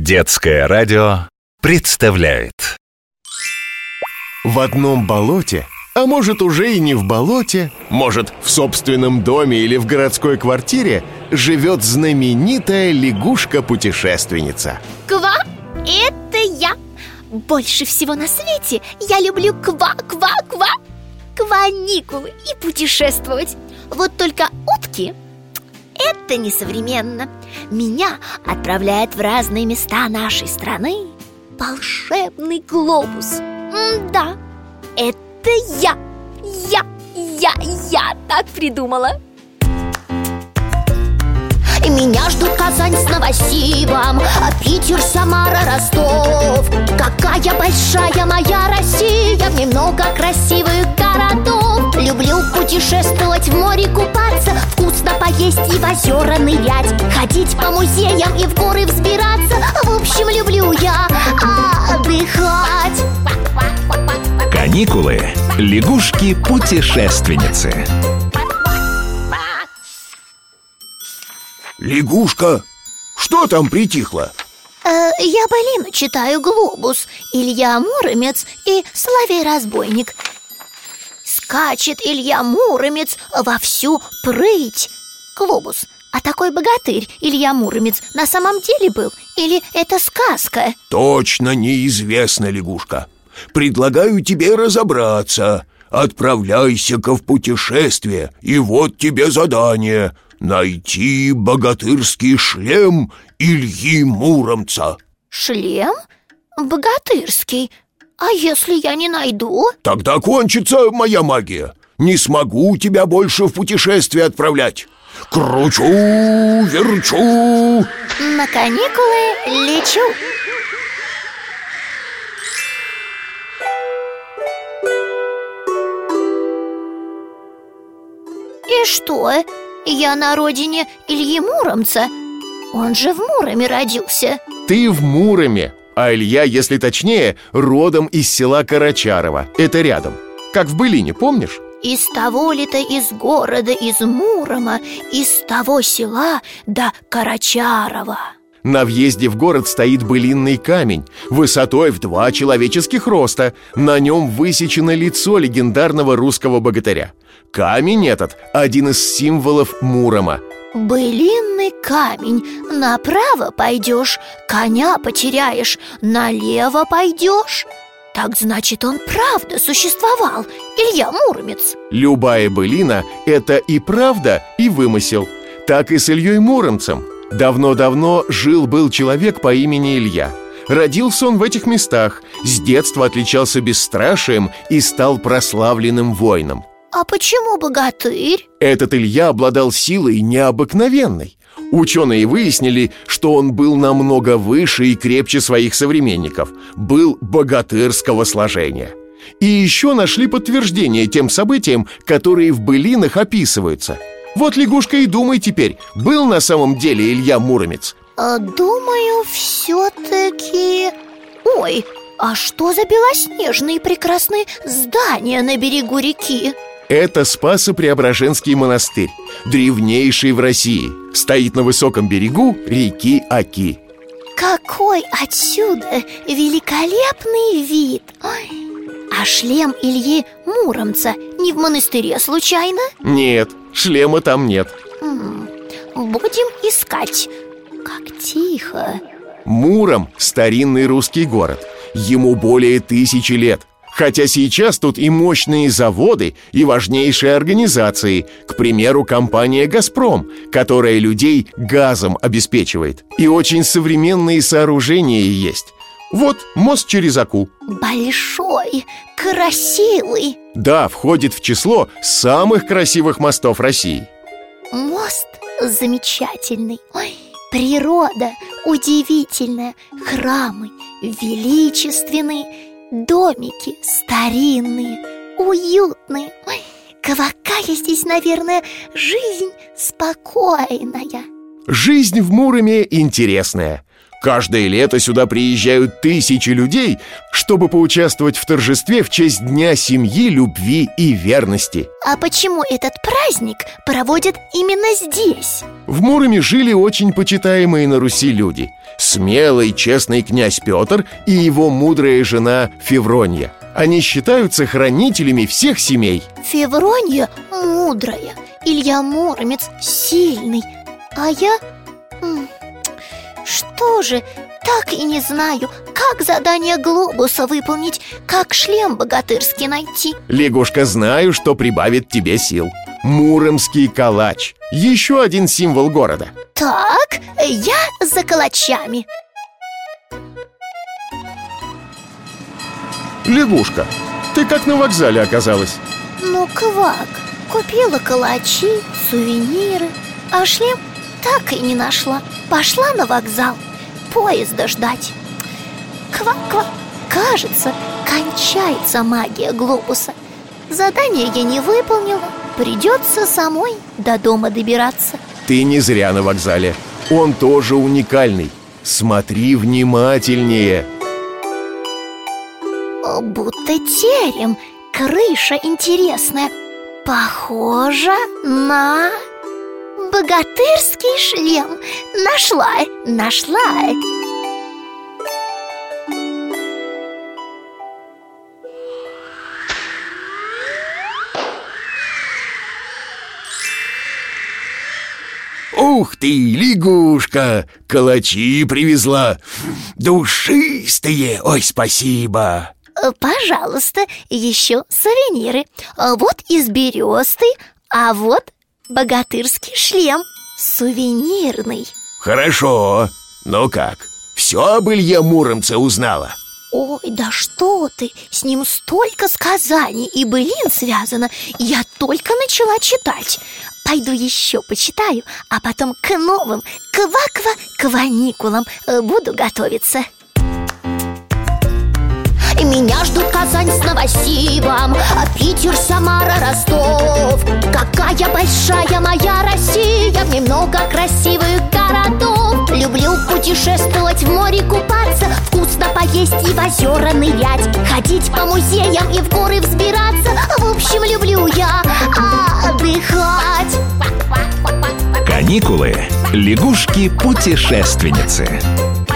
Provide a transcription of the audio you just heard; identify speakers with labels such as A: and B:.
A: Детское радио представляет.
B: В одном болоте, а может уже и не в болоте, может в собственном доме или в городской квартире, живет знаменитая лягушка-путешественница.
C: Ква, это я. Больше всего на свете я люблю ква-ква-ква, каникулы и путешествовать. Вот только утки — это несовременно. Меня отправляет в разные места нашей страны волшебный глобус. Да, это я так придумала. Меня ждут Казань с Новосибом, Питер, Самара, Ростов. Какая большая моя Россия, в ней много красивых городов. Люблю путешествовать, в море купаться, вкусно поесть и в озера нырять, ходить по музеям и в горы взбираться. В общем, люблю я отдыхать.
A: Каникулы. Лягушки-путешественницы.
B: Лягушка, что там притихло?
C: Я Полину читаю «Глобус», Илья Муромец и Соловей Разбойник. Скачет Илья Муромец во всю прыть. Глобус, а такой богатырь Илья Муромец на самом деле был? Или это сказка?
D: Точно неизвестно, лягушка. Предлагаю тебе разобраться. Отправляйся-ка в путешествие, и вот тебе задание — найти богатырский шлем Ильи Муромца.
C: Шлем? Богатырский? А если я не найду?
D: Тогда кончится моя магия. Не смогу тебя больше в путешествие отправлять. Кручу, верчу.
C: На каникулы лечу. И что? Я на родине Ильи Муромца. Он же в Муроме родился.
B: Ты в Муроме, а Илья, если точнее, родом из села Карачарово. Это рядом, как в былине, помнишь?
C: Из того ли-то из города, из Мурома, из того села до Карачарова.
B: На въезде в город стоит былинный камень высотой в 2 человеческих роста. На нем высечено лицо легендарного русского богатыря. Камень этот – один из символов Мурома.
C: Былинный камень. Направо пойдешь, коня потеряешь, налево пойдешь. Так значит, он правда существовал, Илья Муромец.
B: Любая былина – это и правда, и вымысел. Так и с Ильей Муромцем. Давно-давно жил-был человек по имени Илья. Родился он в этих местах, с детства отличался бесстрашием и стал прославленным воином.
C: А почему богатырь?
B: Этот Илья обладал силой необыкновенной. Ученые выяснили, что он был намного выше и крепче своих современников, был богатырского сложения. И еще нашли подтверждение тем событиям, которые в былинах описываются. Вот, лягушка, и думай теперь, был на самом деле Илья Муромец?
C: Думаю, все-таки... Ой, а что за белоснежные прекрасные здания на берегу реки?
B: Это Спасо-Преображенский монастырь, древнейший в России. Стоит на высоком берегу реки Оки.
C: Какой отсюда великолепный вид! Ой. А шлем Ильи Муромца не в монастыре случайно?
B: Нет, шлема там нет.
C: Будем искать. Как тихо.
B: Муром – старинный русский город. Ему более 1000 лет. Хотя сейчас тут и мощные заводы, и важнейшие организации. К примеру, компания «Газпром», которая людей газом обеспечивает. И очень современные сооружения есть. Вот мост через Оку.
C: Большой, красивый.
B: Да, входит в число самых красивых мостов России.
C: Мост замечательный. Ой, природа удивительная. Храмы величественные. Домики старинные, уютные. Ой, какая здесь, наверное, жизнь спокойная.
B: Жизнь в Муроме интересная. Каждое лето сюда приезжают тысячи людей, чтобы поучаствовать в торжестве в честь Дня семьи, любви и верности.
C: А почему этот праздник проводят именно здесь?
B: В Муроме жили очень почитаемые на Руси люди: смелый, честный князь Петр и его мудрая жена Февронья. Они считаются хранителями всех семей.
C: Февронья мудрая, Илья Муромец сильный, а я... Что же, так и не знаю, как задание глобуса выполнить, как шлем богатырский найти.
B: Лягушка, знаю, что прибавит тебе сил. Муромский калач, еще один символ города.
C: Так, я за калачами.
B: Лягушка, ты как на вокзале оказалась?
C: Ну, квак, купила калачи, сувениры, а шлем так и не нашла. Пошла на вокзал, поезда ждать. Квак-квак, кажется, кончается магия глобуса. Задание я не выполнила, придется самой до дома добираться.
B: Ты не зря на вокзале, он тоже уникальный. Смотри внимательнее.
C: Будто терем, крыша интересная. Похоже на... богатырский шлем. Нашла.
D: Ух ты, лягушка, калачи привезла. Душистые, ой, спасибо.
C: Пожалуйста, еще сувениры. Вот из бересты, а вот богатырский шлем, сувенирный.
D: Хорошо, ну как, все об Илье Муромце узнала?
C: Ой, да что ты, с ним столько сказаний и былин связано. Я только начала читать. Пойду еще почитаю, а потом к новым кваква-кваникулам буду готовиться. Меня ждут Казань с Новосибом, Питер, Самара, Ростов. Какая большая моя Россия, в ней много красивых городов. Люблю путешествовать, в море купаться, вкусно поесть и в озера нырять, ходить по музеям и в горы взбираться. В общем, люблю я отдыхать.
A: Каникулы. Лягушки-путешественницы.